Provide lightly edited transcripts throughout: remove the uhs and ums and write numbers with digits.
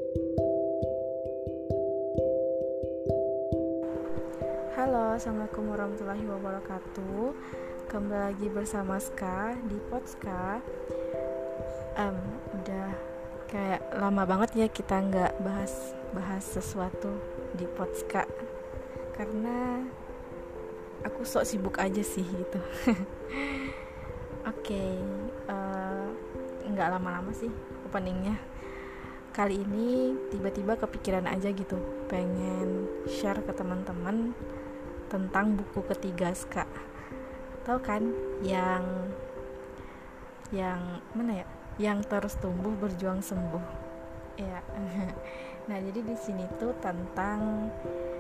Halo, assalamualaikum warahmatullahi wabarakatuh. Kembali lagi bersama Ska di Podska. Udah kayak lama banget ya kita nggak bahas sesuatu di Podska, karena aku sok sibuk aja sih gitu. Oke, nggak lama-lama sih openingnya. Kali ini tiba-tiba kepikiran aja gitu, pengen share ke teman-teman tentang buku ketiga Ska. Tahu kan yang mana ya? Yang terus tumbuh berjuang sembuh. Ya. Nah, jadi di sini tuh tentang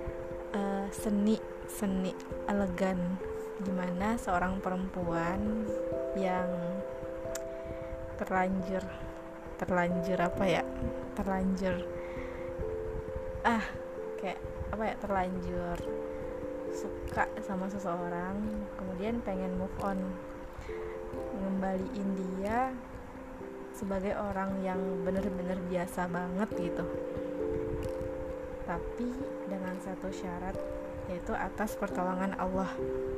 seni elegan, gimana seorang perempuan yang terlanjur apa ya? Terlanjur suka sama seseorang, kemudian pengen move on, ngembaliin dia sebagai orang yang bener-bener biasa banget gitu, tapi dengan satu syarat, yaitu atas pertolongan Allah.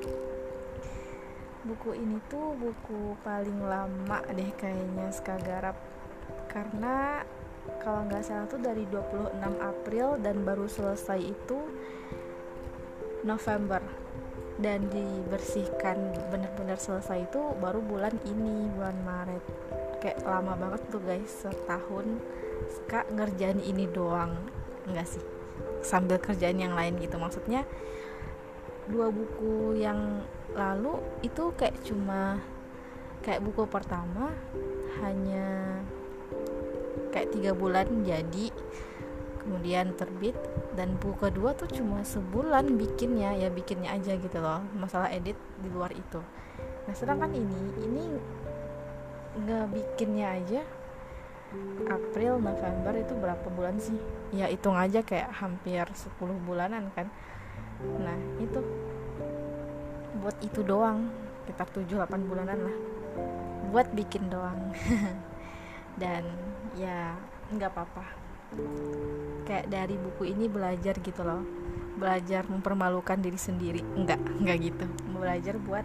Buku ini tuh buku paling lama deh kayaknya Ska garap, karena kalau nggak salah tuh dari 26 April dan baru selesai itu November, dan dibersihkan benar-benar selesai itu baru bulan Maret. Kayak lama banget tuh guys, setahun Ska ngerjain ini doang. Enggak sih, sambil kerjaan yang lain gitu. Maksudnya 2 buku yang lalu itu kayak buku pertama hanya kayak 3 bulan jadi, kemudian terbit, dan buku kedua tuh cuma sebulan bikinnya aja gitu loh, masalah edit di luar itu. Nah, sedangkan ini ngebikinnya aja April, November, itu berapa bulan sih? Ya hitung aja kayak hampir 10 bulanan kan. Nah, itu buat itu doang, sekitar 7-8 bulanan lah buat bikin doang. Dan ya nggak apa-apa, kayak dari buku ini belajar gitu loh, belajar mempermalukan diri sendiri. Enggak gitu, belajar buat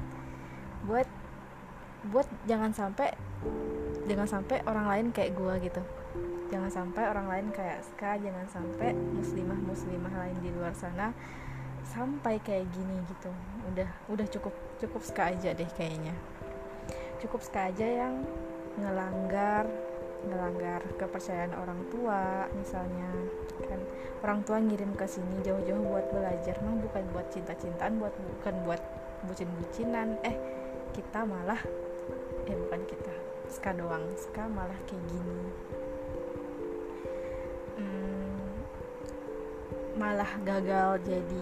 jangan sampai orang lain kayak gua gitu, jangan sampai orang lain kayak Ska, jangan sampai muslimah lain di luar sana sampai kayak gini gitu. Udah cukup Ska aja deh kayaknya, cukup Ska aja yang ngelanggar kepercayaan orang tua. Misalnya kan orang tua ngirim ke sini jauh-jauh buat belajar, mah bukan buat cinta-cintaan, bukan buat bucin-bucinan. Kita malah bukan kita, Ska doang, Ska malah kayak gini. Malah gagal jadi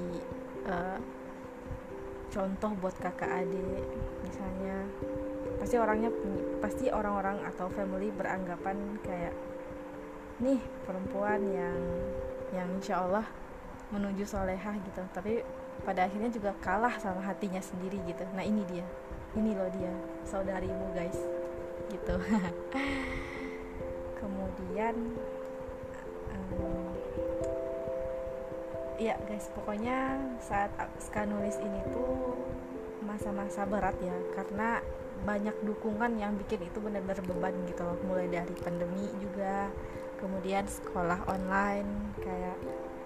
contoh buat kakak adik misalnya. Pasti orang-orang atau family beranggapan kayak nih perempuan yang insya Allah menuju solehah gitu, tapi pada akhirnya juga kalah sama hatinya sendiri gitu. Nah, ini loh dia saudarimu guys gitu. Kemudian ya guys, pokoknya saat Ska nulis ini tuh masa-masa berat ya, karena banyak dukungan yang bikin itu benar-benar beban gitu loh. Mulai dari pandemi juga, kemudian sekolah online, kayak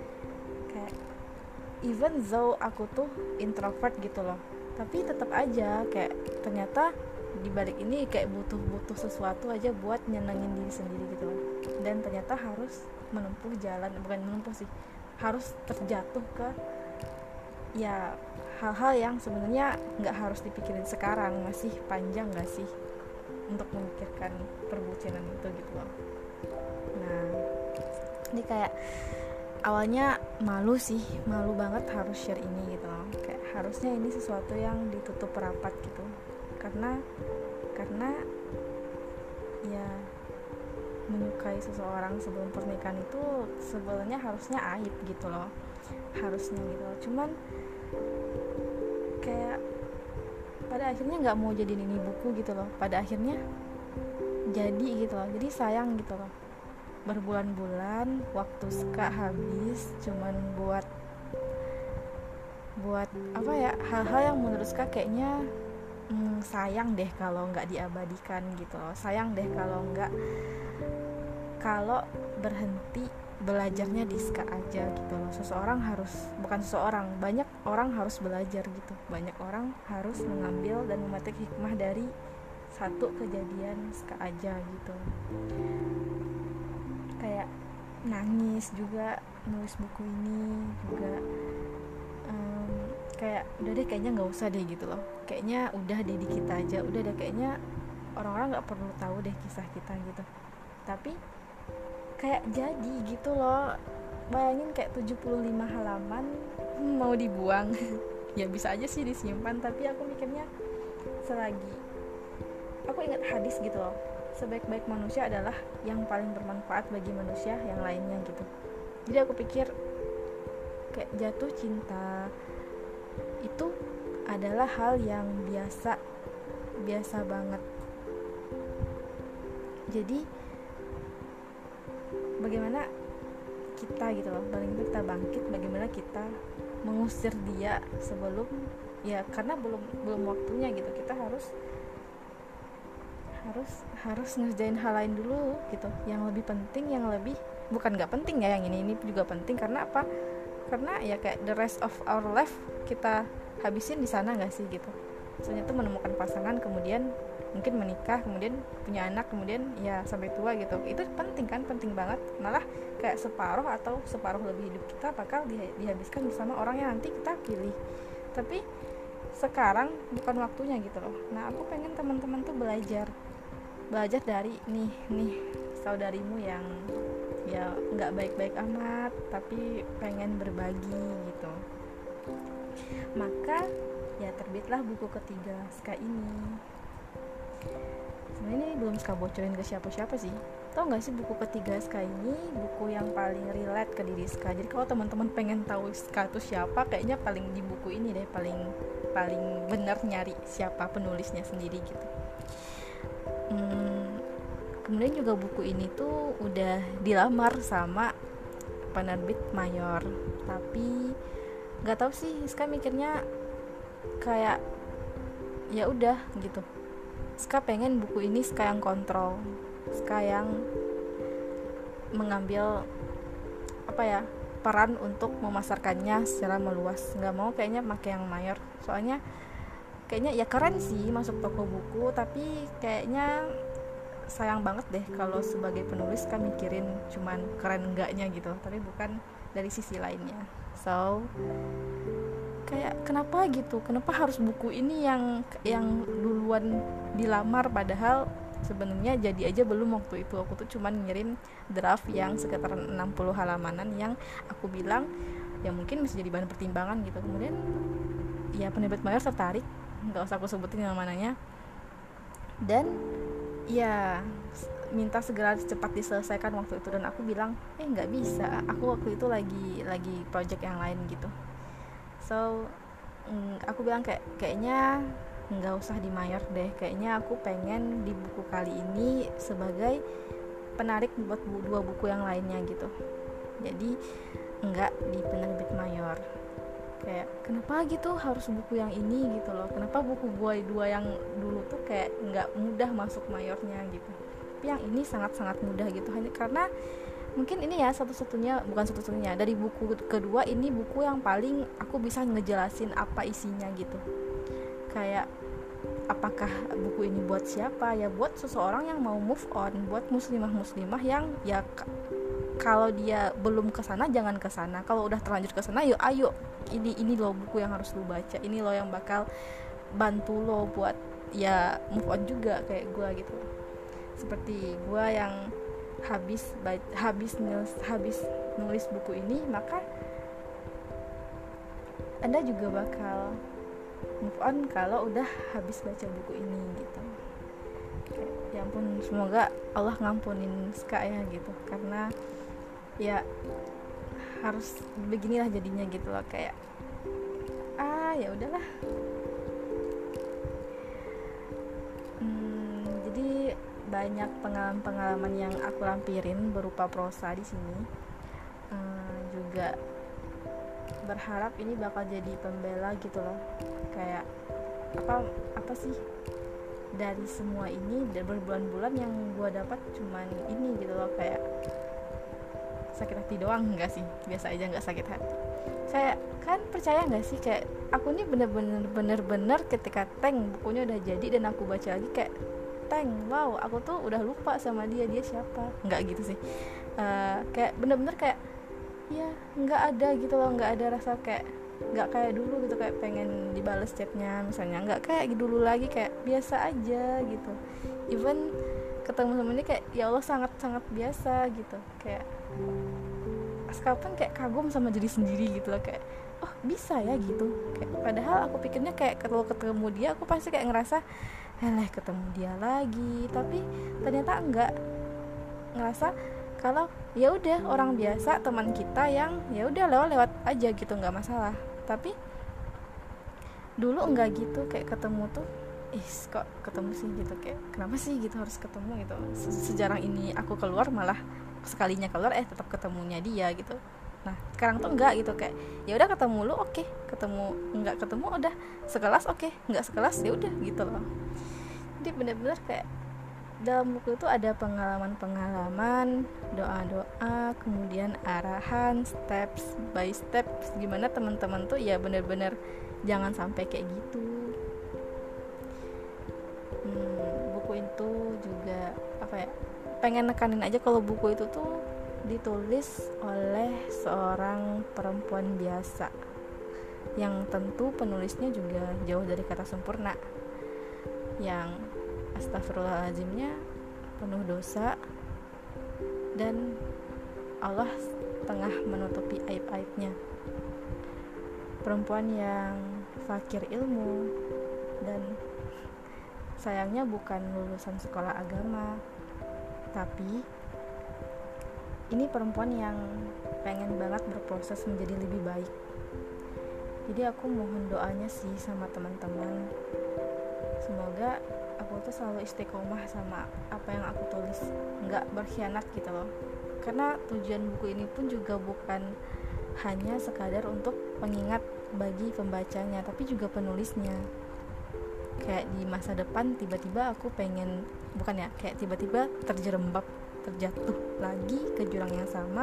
even though aku tuh introvert gitu loh, tapi tetap aja kayak ternyata di balik ini kayak butuh sesuatu aja buat nyenengin diri sendiri gitu loh. Dan ternyata harus harus terjatuh ke ya hal-hal yang sebenarnya nggak harus dipikirin sekarang, masih panjang nggak sih untuk memikirkan perbucinan itu gitu loh. Nah, ini kayak awalnya malu banget harus share ini gitu loh, kayak harusnya ini sesuatu yang ditutup rapat gitu, karena ya menyukai seseorang sebelum pernikahan itu sebenarnya harusnya aib gitu loh, harusnya gitu loh. Cuman kayak pada akhirnya nggak mau jadiin ini buku gitu loh, pada akhirnya jadi gitu loh, jadi sayang gitu loh. berbulan-bulan waktu Ska habis cuman buat apa ya, hal-hal yang menurut Ska kayaknya sayang deh kalau nggak diabadikan gitu loh, sayang deh kalau berhenti belajarnya di Ska aja gitu loh. Banyak orang harus belajar gitu, banyak orang harus mengambil dan memetik hikmah dari satu kejadian Ska aja gitu. Kayak nangis juga nulis buku ini juga, kayak udah deh kayaknya nggak usah deh gitu loh, kayaknya udah deh di kita aja, udah deh kayaknya orang-orang nggak perlu tahu deh kisah kita gitu. Tapi kayak jadi gitu loh, bayangin kayak 75 halaman mau dibuang. Ya bisa aja sih disimpan, tapi aku mikirnya selagi aku ingat hadis gitu loh, sebaik-baik manusia adalah yang paling bermanfaat bagi manusia yang lainnya gitu. Jadi aku pikir kayak jatuh cinta itu adalah hal yang biasa banget. Jadi bagaimana kita gitu loh, paling kita bangkit, bagaimana kita mengusir dia sebelum ya, karena belum waktunya gitu. Kita harus ngerjain hal lain dulu gitu, yang lebih penting, yang lebih bukan nggak penting ya, yang ini juga penting. Karena apa? Karena ya kayak the rest of our life kita habisin di sana nggak sih gitu. Soalnya tuh menemukan pasangan, kemudian mungkin menikah, kemudian punya anak, kemudian ya sampai tua gitu. Itu penting kan, penting banget. Malah kayak separuh atau separuh lebih hidup kita bakal dihabiskan bersama orang yang nanti kita pilih. Tapi sekarang bukan waktunya gitu loh. Nah aku pengen teman-teman tuh belajar dari nih saudarimu yang ya nggak baik-baik amat tapi pengen berbagi gitu. Maka ya terbitlah buku ketiga Ska ini. Sebenarnya ini belum Ska bocorin ke siapa-siapa sih. Tau nggak sih, buku ketiga Ska ini buku yang paling relate ke diri Ska. Jadi kalau teman-teman pengen tahu Ska itu siapa, kayaknya paling di buku ini deh, paling bener nyari siapa penulisnya sendiri gitu. Kemudian juga buku ini tuh udah dilamar sama penerbit mayor, tapi nggak tahu sih, Ska mikirnya kayak ya udah gitu. Ska pengen buku ini Ska yang kontrol, Ska yang mengambil apa ya, peran untuk memasarkannya secara meluas. Nggak mau kayaknya pakai yang mayor, soalnya kayaknya ya keren sih masuk toko buku, tapi kayaknya sayang banget deh kalau sebagai penulis kan mikirin cuman keren enggaknya gitu, tapi bukan dari sisi lainnya. So kayak kenapa harus buku ini yang duluan dilamar, padahal sebenarnya jadi aja belum waktu itu. Aku tuh cuman ngirim draft yang sekitar 60 halamanan yang aku bilang ya mungkin bisa jadi bahan pertimbangan gitu. Kemudian ya penerbit mayor tertarik, nggak usah aku sebutin namanya, dan ya minta segera cepat diselesaikan waktu itu. Dan aku bilang nggak bisa, aku waktu itu lagi project yang lain gitu. So aku bilang kayaknya nggak usah di mayor deh, kayaknya aku pengen di buku kali ini sebagai penarik buat dua buku yang lainnya gitu. Jadi nggak di penerbit mayor. Kayak kenapa gitu harus buku yang ini gitu loh, kenapa buku gue dua yang dulu tuh kayak nggak mudah masuk mayornya gitu, tapi yang ini sangat-sangat mudah gitu. Hanya karena mungkin ini ya bukan satu-satunya dari buku kedua ini buku yang paling aku bisa ngejelasin apa isinya gitu. Kayak apakah buku ini buat siapa? Ya buat seseorang yang mau move on, buat muslimah yang ya kalau dia belum kesana jangan kesana, kalau udah terlanjur kesana yuk ayo, ini loh buku yang harus lu baca, ini loh yang bakal bantu lo buat ya move on juga kayak gue gitu. Seperti gue yang habis nulis buku ini, maka Anda juga bakal move on kalau udah habis baca buku ini gitu. Ya ampun, semoga Allah ngampunin Ska ya gitu, karena ya harus beginilah jadinya gitu loh, kayak ya udahlah. Jadi banyak pengalaman-pengalaman yang aku lampirin berupa prosa di sini. Juga berharap ini bakal jadi pembela gitu loh. Kayak apa sih dari semua ini, dari berbulan-bulan yang gue dapat cuman ini gitu loh, kayak sakit hati doang. Enggak sih, biasa aja, nggak sakit hati. Saya kan percaya nggak sih, kayak aku nih bener-bener ketika Tank bukunya udah jadi dan aku baca lagi kayak Tank, wow, aku tuh udah lupa sama dia siapa. Nggak gitu sih, kayak bener-bener kayak ya nggak ada gitu loh, nggak ada rasa kayak, nggak kayak dulu gitu kayak pengen dibales chatnya misalnya, nggak kayak dulu lagi, kayak biasa aja gitu. Even ketemu sama dia kayak ya Allah sangat biasa gitu, kayak kapan kayak kagum sama diri sendiri gitu loh, kayak oh bisa ya gitu. Kayak padahal aku pikirnya kayak kalau ketemu dia aku pasti kayak ngerasa ketemu dia lagi, tapi ternyata enggak, ngerasa kalau ya udah orang biasa, teman kita yang ya udah lewat aja gitu, nggak masalah. Tapi dulu enggak gitu, kayak ketemu tuh kok ketemu sih gitu, kayak kenapa sih gitu harus ketemu gitu. Sejarang ini aku keluar, malah sekalinya keluar tetap ketemunya dia gitu. Nah sekarang tuh enggak gitu, kayak ya udah ketemu lu oke, ketemu enggak ketemu udah sekelas oke, enggak sekelas ya udah gitu loh. Jadi benar-benar kayak dalam buku itu ada pengalaman-pengalaman, doa-doa, kemudian arahan steps by steps gimana teman-teman tuh ya benar-benar jangan sampai kayak gitu. Buku itu juga pengen nekanin aja kalau buku itu tuh ditulis oleh seorang perempuan biasa, yang tentu penulisnya juga jauh dari kata sempurna, yang astagfirullahaladzimnya penuh dosa, dan Allah tengah menutupi aib-aibnya. Perempuan yang fakir ilmu, dan sayangnya bukan lulusan sekolah agama, tapi ini perempuan yang pengen banget berproses menjadi lebih baik. Jadi aku mohon doanya sih sama teman-teman, semoga aku tuh selalu istiqomah sama apa yang aku tulis, nggak berkhianat gitu loh. Karena tujuan buku ini pun juga bukan hanya sekadar untuk pengingat bagi pembacanya, tapi juga penulisnya. Kayak di masa depan tiba-tiba aku pengen, kayak tiba-tiba terjatuh lagi ke jurang yang sama,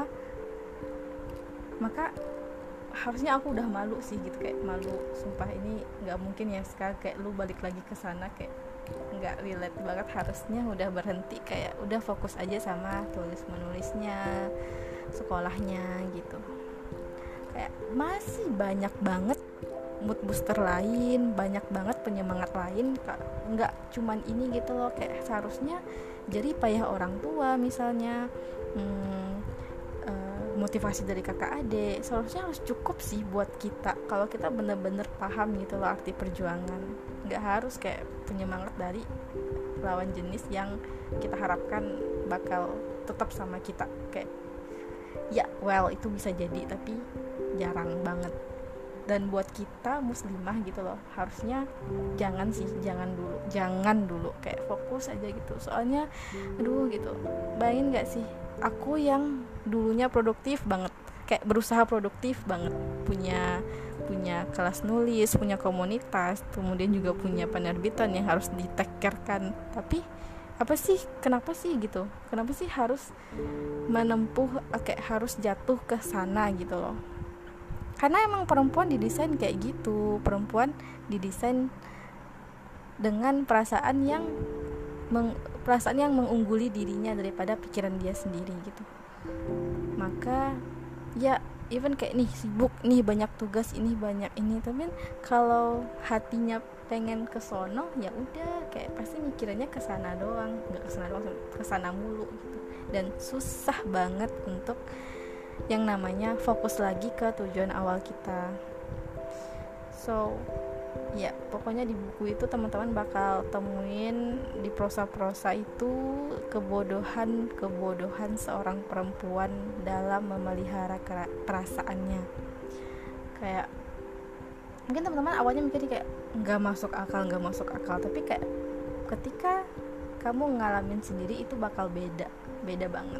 maka harusnya aku udah malu sih gitu, kayak malu, sumpah ini nggak mungkin ya sekarang kayak lu balik lagi ke sana, kayak nggak relate banget. Harusnya udah berhenti, kayak udah fokus aja sama tulis menulisnya, sekolahnya gitu. Kayak masih banyak banget mood booster lain, banyak banget penyemangat lain, nggak cuman ini gitu loh. Kayak seharusnya jadi payah orang tua misalnya, motivasi dari kakak adik, seharusnya harus cukup sih buat kita kalau kita bener-bener paham gitu loh arti perjuangan. Nggak harus kayak penyemangat dari lawan jenis yang kita harapkan bakal tetap sama kita. Kayak ya well itu bisa jadi, tapi jarang banget. Dan buat kita muslimah gitu loh, harusnya jangan dulu kayak fokus aja gitu. Soalnya aduh gitu, bayangin gak sih aku yang dulunya produktif banget, kayak berusaha produktif banget, punya kelas nulis, punya komunitas, kemudian juga punya penerbitan yang harus ditekerkan, tapi kenapa sih harus menempuh, kayak harus jatuh ke sana gitu loh. Karena emang perempuan didesain kayak gitu, perempuan didesain dengan perasaan yang mengungguli dirinya daripada pikiran dia sendiri gitu. Maka ya even kayak nih sibuk nih, banyak tugas ini banyak ini, tapi kalau hatinya pengen ke sono ya udah, kayak pasti mikirannya ke sana doang, nggak ke sana mulu gitu. Dan susah banget untuk yang namanya fokus lagi ke tujuan awal kita. So ya pokoknya di buku itu teman-teman bakal temuin di prosa-prosa itu kebodohan seorang perempuan dalam memelihara perasaannya. Kayak mungkin teman-teman awalnya mikir kayak nggak masuk akal, tapi kayak ketika kamu ngalamin sendiri itu bakal beda banget.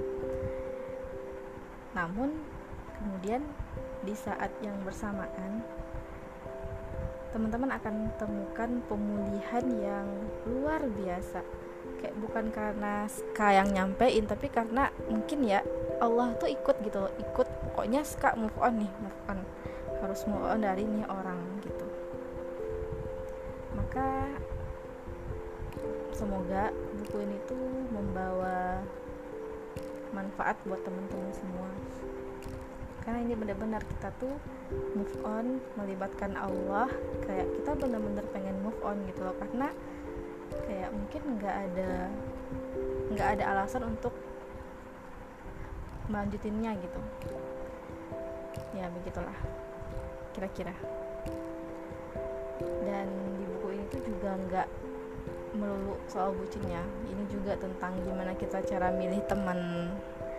Namun kemudian di saat yang bersamaan teman-teman akan temukan pemulihan yang luar biasa. Kayak bukan karena Ska yang nyampein, tapi karena mungkin ya Allah tuh ikut gitu loh, ikut pokoknya Ska move on, harus move on dari nih orang gitu. Maka semoga buku ini tuh membawa manfaat buat teman-teman semua, karena ini benar-benar kita tuh move on melibatkan Allah, kayak kita benar-benar pengen move on gitu loh, karena kayak mungkin nggak ada alasan untuk melanjutinnya gitu ya, begitulah kira-kira. Dan di buku ini tuh juga nggak melulu soal bucinnya, ini juga tentang gimana kita cara milih teman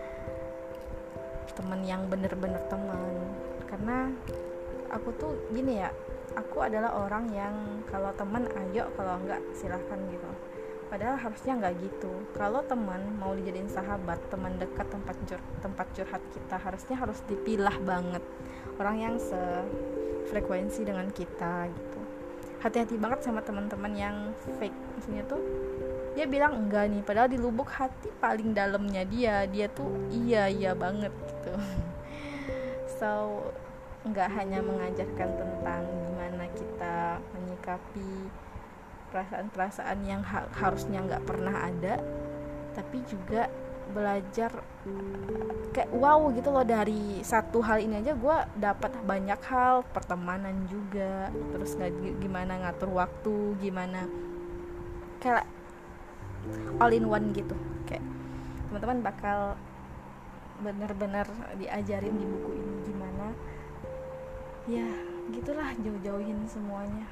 yang bener-bener teman. Karena aku tuh gini ya, aku adalah orang yang kalau teman ayo, kalau enggak silahkan gitu. Padahal harusnya nggak gitu. Kalau teman mau dijadiin sahabat, teman dekat, tempat curhat kita, harus dipilah banget orang yang sefrekuensi dengan kita gitu. Hati-hati banget sama teman-teman yang fake. Maksudnya tuh dia bilang enggak nih, padahal di lubuk hati paling dalamnya dia tuh iya banget gitu. So nggak hanya mengajarkan tentang gimana kita menyikapi perasaan-perasaan yang harusnya nggak pernah ada, tapi juga belajar kayak wow gitu loh, dari satu hal ini aja gue dapat banyak hal, pertemanan juga, terus gimana ngatur waktu, gimana kayak all in one gitu. Kayak teman-teman bakal benar-benar diajarin di buku ini gimana ya gitulah, jauh-jauhin semuanya.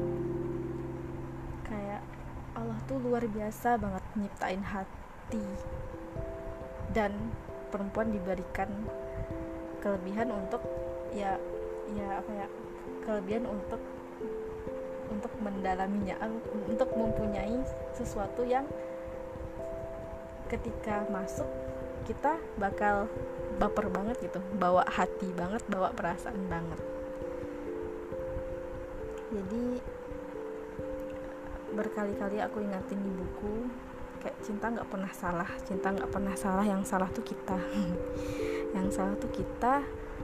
Kayak Allah tuh luar biasa banget nyiptain hati, dan perempuan diberikan kelebihan untuk kelebihan untuk mendalaminya, untuk mempunyai sesuatu yang ketika masuk kita bakal baper banget gitu, bawa hati banget, bawa perasaan banget. Jadi berkali-kali aku ingatin di buku, kayak cinta nggak pernah salah, yang salah tuh kita. Yang salah tuh kita,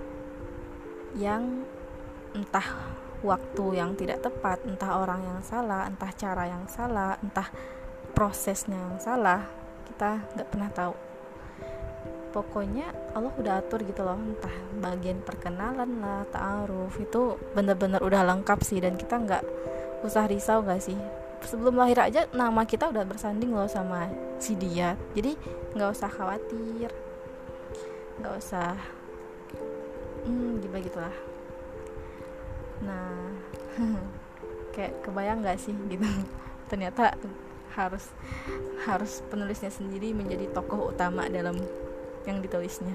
yang entah waktu yang tidak tepat, entah orang yang salah, entah cara yang salah, entah prosesnya yang salah, kita nggak pernah tahu. Pokoknya Allah udah atur gitu loh, entah bagian perkenalan lah, ta'aruf, itu bener-bener udah lengkap sih. Dan kita nggak usah risau, nggak sih, sebelum lahir aja nama kita udah bersanding loh sama si dia. Jadi nggak usah khawatir, nggak usah gitulah. Nah kayak kebayang nggak sih gitu, ternyata harus penulisnya sendiri menjadi tokoh utama dalam yang ditulisnya.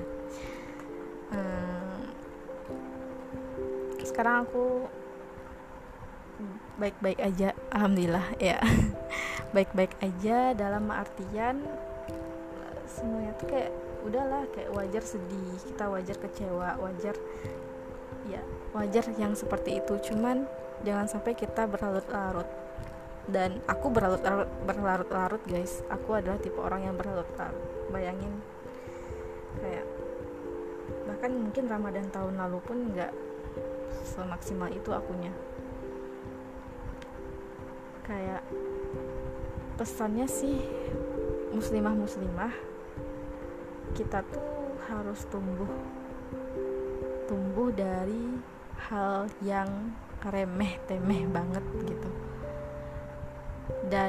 Sekarang aku baik-baik aja, alhamdulillah ya. Baik-baik aja dalam artian semuanya tuh kayak udahlah, kayak wajar sedih, kita wajar kecewa, wajar yang seperti itu. Cuman jangan sampai kita berlarut-larut. Dan aku berlarut-larut guys, aku adalah tipe orang yang berlarut-larut. Bayangin, kayak bahkan mungkin Ramadan tahun lalu pun nggak semaksimal itu akunya. Kayak pesannya sih, muslimah kita tuh harus tumbuh dari hal yang remeh-temeh banget gitu. Dan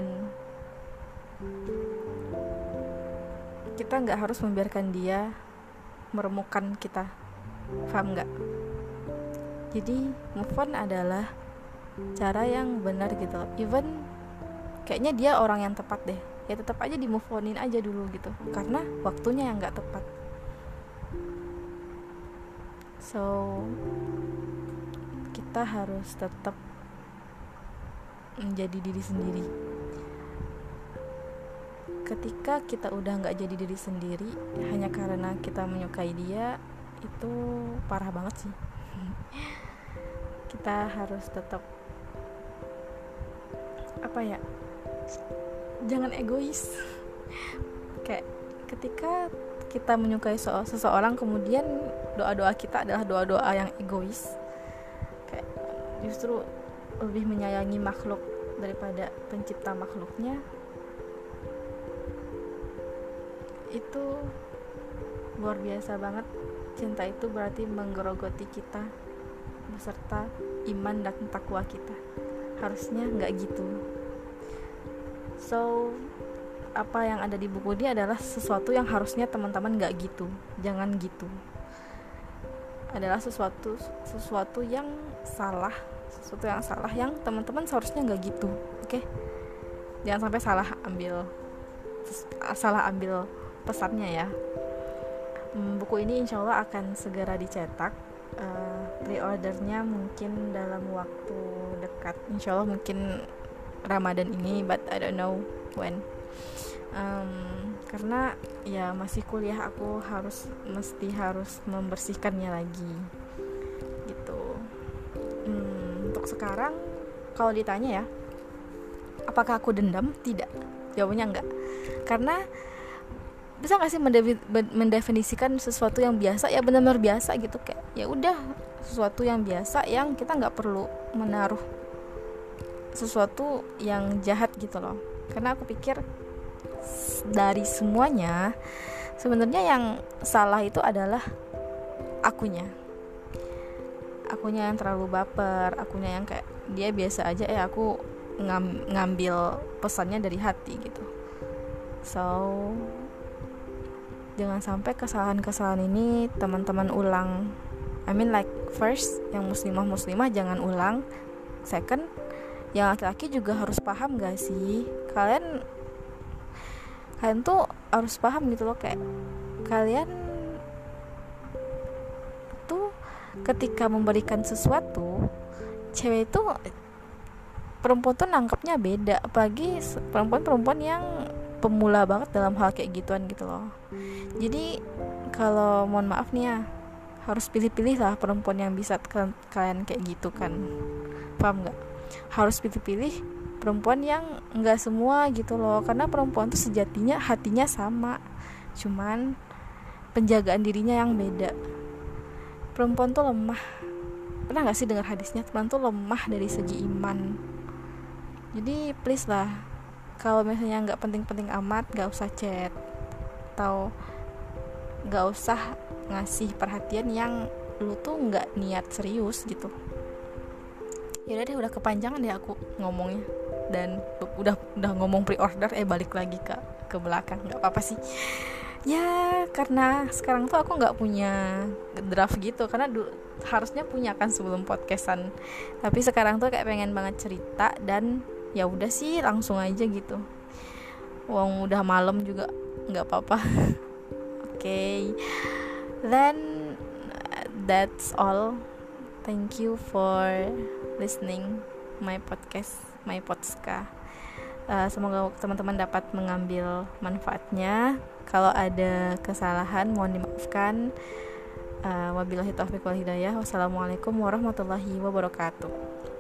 kita nggak harus membiarkan dia meremukkan kita, paham nggak? Jadi move on adalah cara yang benar gitu. Even kayaknya dia orang yang tepat deh, ya tetap aja di move onin aja dulu gitu, karena waktunya yang nggak tepat. So kita harus tetap menjadi diri sendiri. ketika kita udah nggak jadi diri sendiri hanya karena kita menyukai dia, itu parah banget sih. Kita harus tetap jangan egois. Kayak ketika kita menyukai seseorang, kemudian doa-doa kita adalah doa-doa yang egois, kayak justru lebih menyayangi makhluk daripada pencipta makhluknya, itu luar biasa banget. Cinta itu berarti menggerogoti kita beserta iman dan takwa kita. Harusnya nggak gitu. So apa yang ada di buku ini adalah sesuatu yang harusnya teman-teman nggak gitu. Jangan gitu. Adalah sesuatu yang salah, yang teman-teman seharusnya nggak gitu. Oke? Jangan sampai salah ambil pesannya ya. Buku ini insya Allah akan segera dicetak. Pre-ordernya mungkin dalam waktu dekat, insya Allah mungkin Ramadan ini, but I don't know when. Karena ya masih kuliah, aku harus membersihkannya lagi gitu. Untuk sekarang kalau ditanya ya, apakah aku dendam? Tidak, jawabannya enggak. Karena bisa nggak sih mendefinisikan sesuatu yang biasa, ya benar-benar biasa gitu, kayak ya udah sesuatu yang biasa yang kita nggak perlu menaruh sesuatu yang jahat gitu loh. Karena aku pikir dari semuanya sebenarnya yang salah itu adalah akunya yang terlalu baper, akunya yang kayak dia biasa aja, aku ngambil pesannya dari hati gitu. So jangan sampai kesalahan-kesalahan ini teman-teman ulang. I mean like first, yang muslimah jangan ulang. Second, yang laki-laki juga harus paham gak sih? Kalian tuh harus paham gitu loh, kayak kalian tuh ketika memberikan sesuatu, cewek itu, perempuan tuh nangkepnya beda, apalagi perempuan yang pemula banget dalam hal kayak gituan gitu loh. Jadi kalau mohon maaf nih ya, harus pilih-pilih lah perempuan yang bisa kalian kayak gitu kan, paham gak? Harus pilih-pilih perempuan yang nggak semua gitu loh, karena perempuan tuh sejatinya hatinya sama, cuman penjagaan dirinya yang beda. Perempuan tuh lemah. Pernah nggak sih dengar hadisnya, perempuan tuh lemah dari segi iman. Jadi please lah, kalau misalnya nggak penting-penting amat, nggak usah chat atau nggak usah ngasih perhatian yang lu tuh nggak niat serius gitu. Ya udah kepanjangan deh aku ngomongnya, dan udah ngomong pre-order balik lagi ke belakang. Nggak apa-apa sih ya, karena sekarang tuh aku nggak punya draft gitu, karena harusnya punya kan sebelum podcastan, tapi sekarang tuh kayak pengen banget cerita, dan ya udah sih langsung aja gitu. Wong udah malam juga, nggak apa-apa. Okay, then that's all. Thank you for listening my podcast, my podcast. Semoga teman-teman dapat mengambil manfaatnya. Kalau ada kesalahan mohon dimaafkan. Wabillahi taufiq wal hidayah. Wassalamualaikum warahmatullahi wabarakatuh.